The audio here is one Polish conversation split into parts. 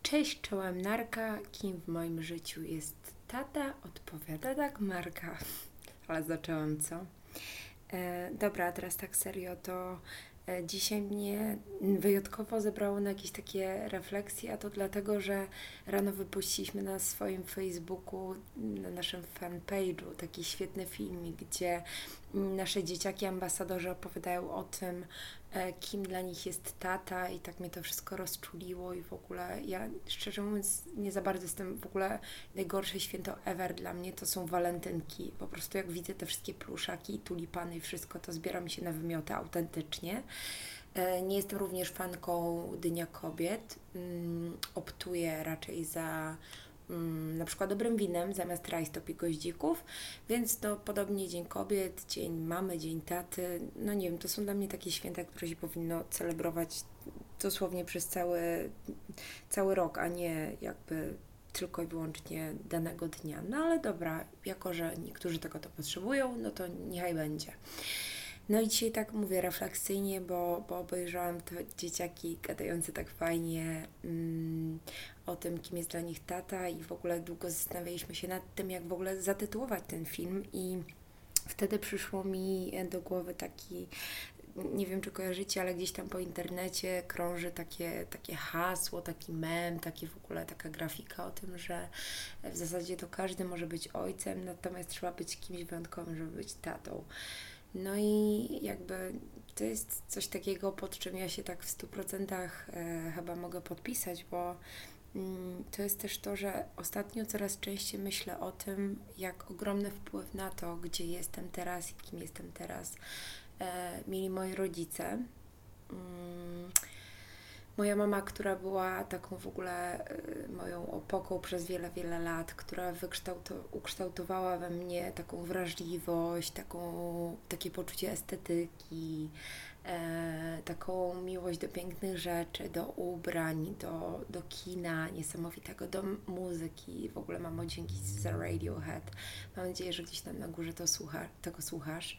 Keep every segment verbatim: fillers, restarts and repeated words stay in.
Cześć, czołem narka. Kim w moim życiu jest tata? Odpowiada tak Marka. Ale zaczęłam, co? E, dobra, teraz tak serio, to e, dzisiaj mnie wyjątkowo zebrało na jakieś takie refleksje, a to dlatego, że rano wypuściliśmy na swoim Facebooku, na naszym fanpage'u taki świetny filmik, gdzie nasze dzieciaki ambasadorzy opowiadają o tym, e, kim dla nich jest tata i tak mnie to wszystko rozczuliło i w ogóle ja szczerze mówiąc nie za bardzo jestem w ogóle najgorsze święto ever dla mnie to są walentynki. Po prostu jak widzę te wszystkie pluszaki i tulipany i wszystko, to zbiera mi się na wymioty autentycznie. E, Nie jestem również fanką Dnia Kobiet. Mm, Optuję raczej za mm, na przykład dobrym winem zamiast rajstop i goździków, więc no podobnie Dzień Kobiet, Dzień Mamy, Dzień Taty, no nie wiem, to są dla mnie takie święta, które się powinno celebrować dosłownie przez cały, cały rok, a nie jakby tylko i wyłącznie danego dnia. No ale dobra, jako że niektórzy tego to potrzebują, no to niechaj będzie. No i dzisiaj tak mówię refleksyjnie, bo, bo obejrzałam te dzieciaki gadające tak fajnie mm, o tym, kim jest dla nich tata i w ogóle długo zastanawialiśmy się nad tym, jak w ogóle zatytułować ten film i wtedy przyszło mi do głowy taki, nie wiem czy kojarzycie, ale gdzieś tam po internecie krąży takie, takie hasło, taki mem, takie w ogóle taka grafika o tym, że w zasadzie to każdy może być ojcem, natomiast trzeba być kimś wyjątkowym, żeby być tatą. No i jakby to jest coś takiego, pod czym ja się tak w stu procentach e, chyba mogę podpisać, bo mm, to jest też to, że ostatnio coraz częściej myślę o tym, jak ogromny wpływ na to, gdzie jestem teraz i kim jestem teraz, e, mieli moi rodzice. Mm, Moja mama, która była taką w ogóle y, moją opoką przez wiele, wiele lat, która wykształto- ukształtowała we mnie taką wrażliwość, taką, takie poczucie estetyki, e, taką miłość do pięknych rzeczy, do ubrań, do, do kina niesamowitego, do m- muzyki. W ogóle mamo, dzięki za Radiohead. Mam nadzieję, że gdzieś tam na górze to słucha, tego słuchasz.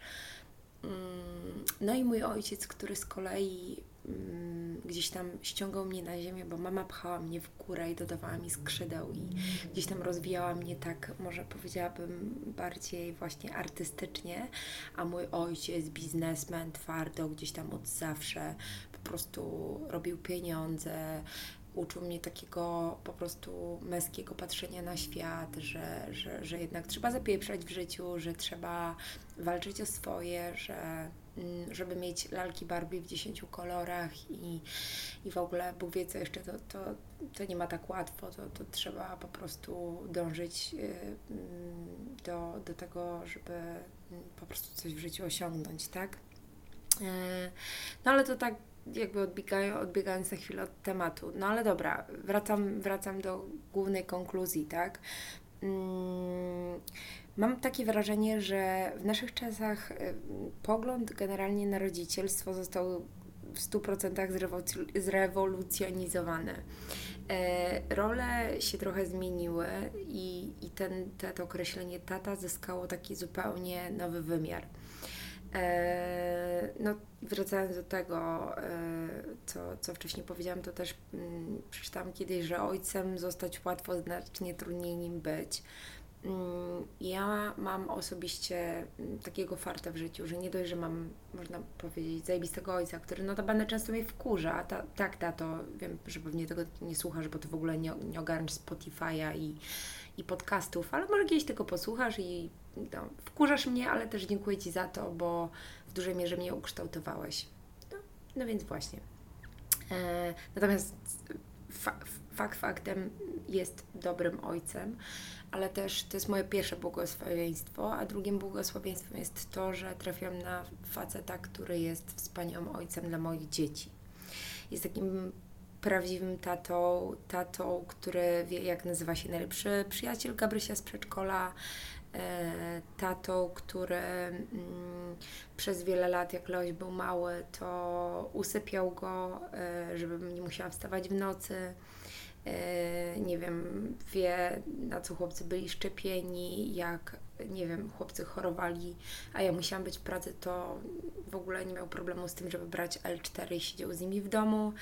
Mm, No i mój ojciec, który z kolei mm, gdzieś tam ściągał mnie na ziemię, bo mama pchała mnie w górę i dodawała mi skrzydeł i gdzieś tam rozwijała mnie tak, może powiedziałabym bardziej właśnie artystycznie, a mój ojciec, biznesmen, twardo, gdzieś tam od zawsze po prostu robił pieniądze, uczył mnie takiego po prostu męskiego patrzenia na świat, że, że, że jednak trzeba zapieprzać w życiu, że trzeba walczyć o swoje, że mm, żeby mieć lalki Barbie w dziesięciu kolorach i, i w ogóle Bóg wie co jeszcze, to, to, to nie ma tak łatwo, to, to trzeba po prostu dążyć y, mm, do, do tego, żeby mm, po prostu coś w życiu osiągnąć, tak? E, No ale to tak jakby odbiegają, odbiegając na chwilę od tematu. No ale dobra, wracam, wracam do głównej konkluzji, tak? Mm, Mam takie wrażenie, że w naszych czasach y, pogląd generalnie na rodzicielstwo został w stu procentach zrewoc- zrewolucjonizowany. E, Role się trochę zmieniły i, i ten, to określenie tata zyskało taki zupełnie nowy wymiar. E, No, wracając do tego, e, co, co wcześniej powiedziałam, to też mm, przeczytałam kiedyś, że ojcem zostać łatwo, znacznie trudniej nim być. Mm, Ja mam osobiście mm, takiego farta w życiu, że nie dość, że mam, można powiedzieć, zajebistego ojca, który notabene często mnie wkurza, a ta, tak, tato, wiem, że pewnie tego nie słuchasz, bo ty w ogóle nie, nie ogarniasz Spotify'a i, i podcastów, ale może kiedyś tego posłuchasz i no, wkurzasz mnie, ale też dziękuję Ci za to, bo w dużej mierze mnie ukształtowałeś. No, no więc właśnie. E, natomiast fa- fakt faktem jest dobrym ojcem, ale też to jest moje pierwsze błogosławieństwo, a drugim błogosławieństwem jest to, że trafiłam na faceta, który jest wspaniałym ojcem dla moich dzieci. Jest takim prawdziwym tatą, tatą, który wie, jak nazywa się najlepszy przyjaciel Gabrysia z przedszkola, e, tatą, który mm, przez wiele lat, jak Leoś był mały, to usypiał go, e, żebym nie musiała wstawać w nocy. E, nie wiem, wie, na co chłopcy byli szczepieni, jak, nie wiem, chłopcy chorowali, a ja musiałam być w pracy, to w ogóle nie miał problemu z tym, żeby brać el cztery i siedział z nimi w domu.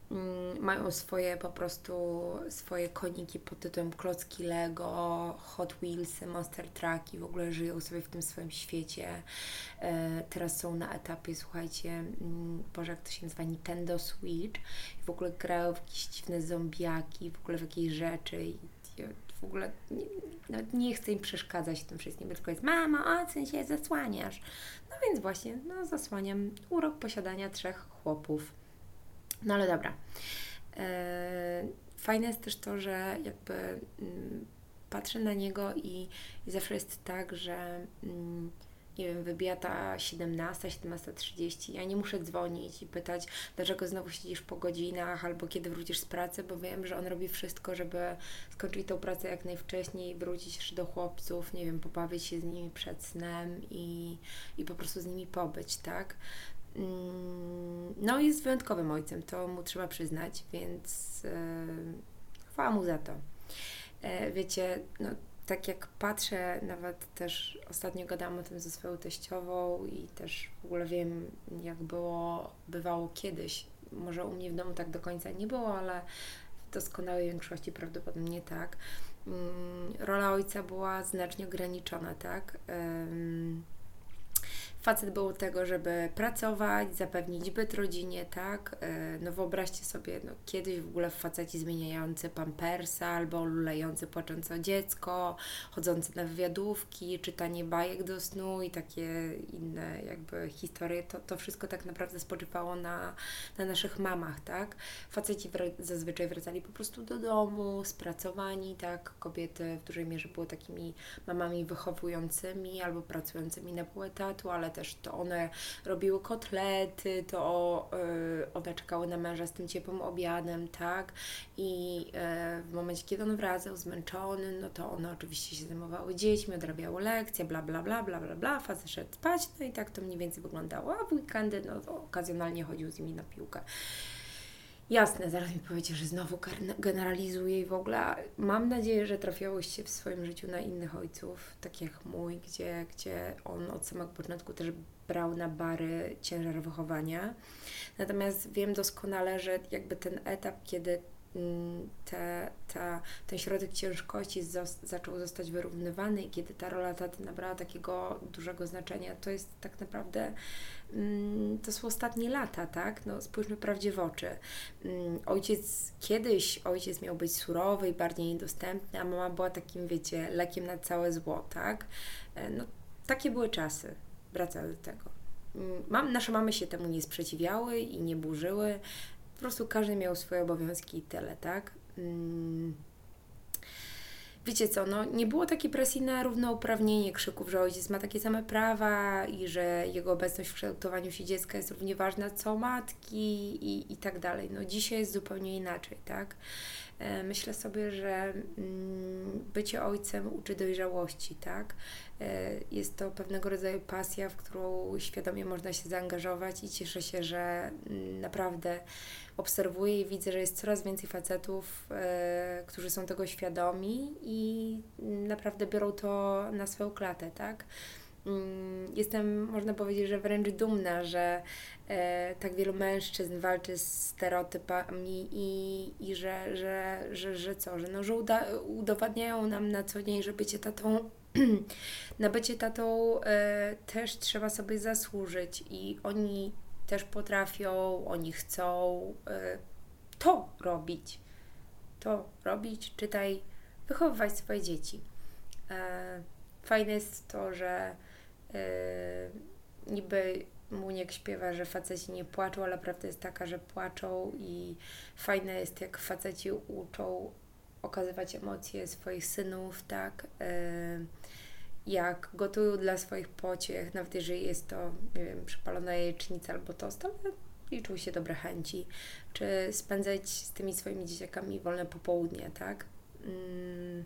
mm, mają swoje po prostu, swoje koniki pod tytułem klocki Lego, Hot Wheelsy, Monster Trucki, w ogóle żyją sobie w tym swoim świecie. E, teraz są na etapie, słuchajcie, mm, Boże, jak to się nazywa, Nintendo Switch i w ogóle grają w jakieś dziwne zombiaki, w ogóle w jakieś rzeczy i i w ogóle nie, nawet nie chcę im przeszkadzać w tym wszystkim, bo tylko jest mamo, odsuń się, zasłaniasz. No więc właśnie, no zasłaniam urok posiadania trzech chłopów. No ale dobra. Eee, fajne jest też to, że jakby mm, patrzę na niego i, i zawsze jest tak, że mm, nie wiem, wybija ta siedemnasta, siedemnasta trzydzieści. Ja nie muszę dzwonić i pytać, dlaczego znowu siedzisz po godzinach albo kiedy wrócisz z pracy, bo wiem, że on robi wszystko, żeby skończyć tą pracę jak najwcześniej, wrócić jeszcze do chłopców, nie wiem, pobawić się z nimi przed snem i, i po prostu z nimi pobyć, tak? No jest wyjątkowym ojcem, to mu trzeba przyznać, więc yy, chwała mu za to. E, wiecie, no tak jak patrzę, nawet też ostatnio gadałam o tym ze swoją teściową i też w ogóle wiem, jak było, bywało kiedyś. Może u mnie w domu tak do końca nie było, ale w doskonałej większości prawdopodobnie tak. Mm, rola ojca była znacznie ograniczona, tak? Ym, Facet był od tego, żeby pracować, zapewnić byt rodzinie, tak? No wyobraźcie sobie, no kiedyś w ogóle faceci zmieniający pampersa albo lulejący płaczące dziecko, chodzący na wywiadówki, czytanie bajek do snu i takie inne jakby historie, to, to wszystko tak naprawdę spoczywało na, na naszych mamach, tak? Faceci wr- zazwyczaj wracali po prostu do domu, spracowani, tak? Kobiety w dużej mierze były takimi mamami wychowującymi albo pracującymi na pół etatu, ale też to one robiły kotlety, to yy, one czekały na męża z tym ciepłym obiadem, tak? I yy, w momencie, kiedy on wracał zmęczony, no to one oczywiście się zajmowały dziećmi, odrabiały lekcje, bla, bla, bla, bla, bla, bla, facet szedł spać, no i tak to mniej więcej wyglądało, a w weekendy, no to okazjonalnie chodził z nimi na piłkę. Jasne, zaraz mi powiecie, że znowu generalizuję i w ogóle mam nadzieję, że trafiałyście w swoim życiu na innych ojców, tak jak mój, gdzie, gdzie on od samego początku też brał na bary ciężar wychowania. Natomiast wiem doskonale, że jakby ten etap, kiedy te, ta, ten środek ciężkości zos- zaczął zostać wyrównywany i kiedy ta rola taty nabrała takiego dużego znaczenia, to jest tak naprawdę mm, to są ostatnie lata, tak? No spójrzmy prawdzie w oczy. Mm, ojciec, kiedyś ojciec miał być surowy i bardziej niedostępny, a mama była takim, wiecie, lekiem na całe zło, tak? E, No takie były czasy. Wracam do tego. Mm, Mam, nasze mamy się temu nie sprzeciwiały i nie burzyły. Po prostu każdy miał swoje obowiązki i tyle, tak? Hmm. Wiecie co, no nie było takiej presji na równouprawnienie, krzyków, że ojciec ma takie same prawa i że jego obecność w kształtowaniu się dziecka jest równie ważna co matki i, i tak dalej. No dzisiaj jest zupełnie inaczej, tak? E, Myślę sobie, że mm, bycie ojcem uczy dojrzałości, tak? E, Jest to pewnego rodzaju pasja, w którą świadomie można się zaangażować i cieszę się, że mm, naprawdę obserwuję i widzę, że jest coraz więcej facetów, e, którzy są tego świadomi i naprawdę biorą to na swoją klatę, tak? Mm, Jestem, można powiedzieć, że wręcz dumna, że e, tak wielu mężczyzn walczy z stereotypami i, i że, że, że, że co, że, no, że uda, udowadniają nam na co dzień, że bycie tatą, na bycie tatą e, też trzeba sobie zasłużyć i oni też potrafią, oni chcą e, to robić, to robić, czytaj, wychowywać swoje dzieci. E, Fajne jest to, że Yy, niby Muniek śpiewa, że faceci nie płaczą, ale prawda jest taka, że płaczą i fajne jest, jak faceci uczą okazywać emocje swoich synów, tak, yy, jak gotują dla swoich pociech, nawet jeżeli jest to, nie wiem, przypalona jajecznica albo tost, ale liczą się dobre chęci, czy spędzać z tymi swoimi dzieciakami wolne popołudnie, tak. Yy.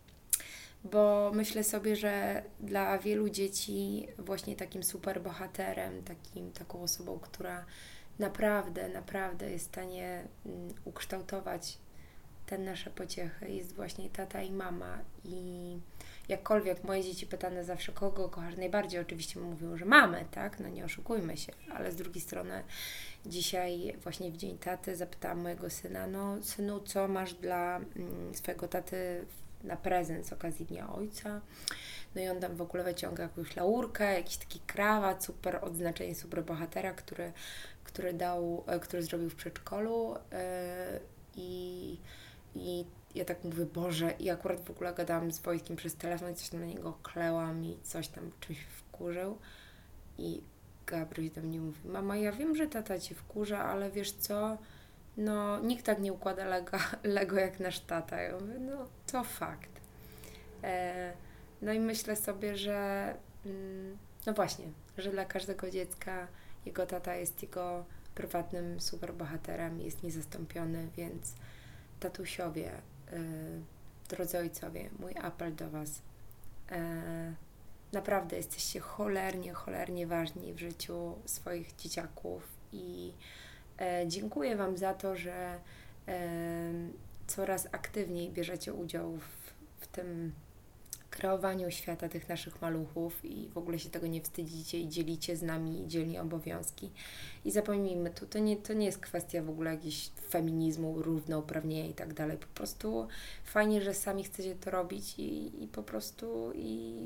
Bo myślę sobie, że dla wielu dzieci właśnie takim super bohaterem, takim, taką osobą, która naprawdę, naprawdę jest w stanie mm, ukształtować te nasze pociechy, jest właśnie tata i mama. I jakkolwiek moje dzieci pytane zawsze, kogo kochasz najbardziej, oczywiście mówią, że mamy, tak, no nie oszukujmy się, ale z drugiej strony dzisiaj właśnie w Dzień Taty zapytałam mojego syna, no synu, co masz dla mm, swojego taty na prezent z okazji Dnia Ojca? No i on tam w ogóle wyciąga jakąś laurkę, jakiś taki krawat, super odznaczenie superbohatera, który, który dał, który zrobił w przedszkolu yy, i, i ja tak mówię, Boże, i akurat w ogóle gadałam z Wojtkiem przez telefon i coś tam na niego klełam i coś tam czymś wkurzył i Gabryś do mnie mówi, mama, ja wiem, że tata Cię wkurza, ale wiesz co, no nikt tak nie układa Lego, Lego jak nasz tata. Ja mówię, no to fakt. E, no i myślę sobie, że mm, no właśnie, że dla każdego dziecka jego tata jest jego prywatnym superbohaterem, jest niezastąpiony, więc tatusiowie, y, drodzy ojcowie, mój apel do Was. E, naprawdę jesteście cholernie, cholernie ważni w życiu swoich dzieciaków i e, dziękuję Wam za to, że e, coraz aktywniej bierzecie udział w, w tym kreowaniu świata tych naszych maluchów i w ogóle się tego nie wstydzicie i dzielicie z nami, dzieli obowiązki. I zapomnijmy, to, to, nie, to nie jest kwestia w ogóle jakiegoś feminizmu, równouprawnienia i tak dalej. Po prostu fajnie, że sami chcecie to robić i, i po prostu i,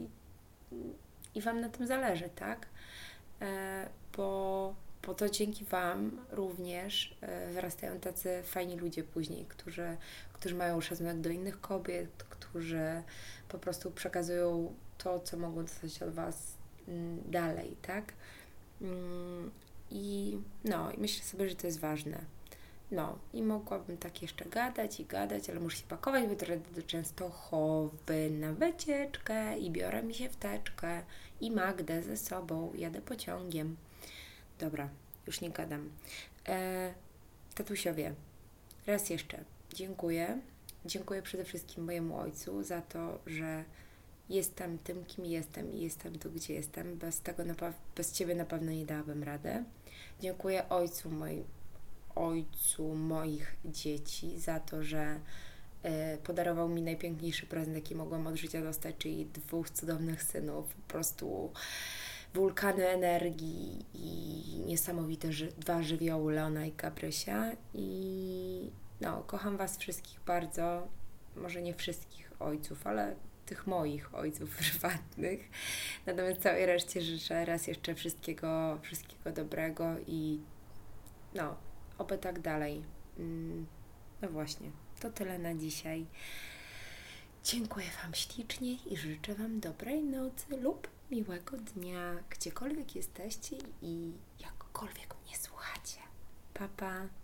i Wam na tym zależy, tak? E, bo, bo to dzięki Wam również e, wyrastają tacy fajni ludzie później, którzy, którzy mają szacunek do innych kobiet, którzy po prostu przekazują to, co mogą dostać od Was mm, dalej, tak? Mm, I no, i myślę sobie, że to jest ważne. No, i mogłabym tak jeszcze gadać i gadać, ale muszę się pakować, bo teraz do Częstochowy na wycieczkę i biorę mi się w teczkę i Magdę ze sobą, jadę pociągiem. Dobra, już nie gadam. E, tatusiowie, raz jeszcze dziękuję. Dziękuję przede wszystkim mojemu ojcu za to, że jestem tym, kim jestem i jestem tu, gdzie jestem. Bez tego, bez Ciebie na pewno nie dałabym rady. Dziękuję ojcu, moi, ojcu moich dzieci za to, że y, podarował mi najpiękniejszy prezent, jaki mogłam od życia dostać, czyli dwóch cudownych synów. Po prostu wulkany energii i niesamowite ży- dwa żywioły, Leona i Gabrysia. I no, kocham Was wszystkich bardzo, może nie wszystkich ojców, ale tych moich ojców prywatnych. Natomiast całej reszcie życzę raz jeszcze wszystkiego, wszystkiego dobrego i no, oby tak dalej. No właśnie, to tyle na dzisiaj. Dziękuję Wam ślicznie i życzę Wam dobrej nocy lub miłego dnia, gdziekolwiek jesteście i jakkolwiek mnie słuchacie. Pa, pa!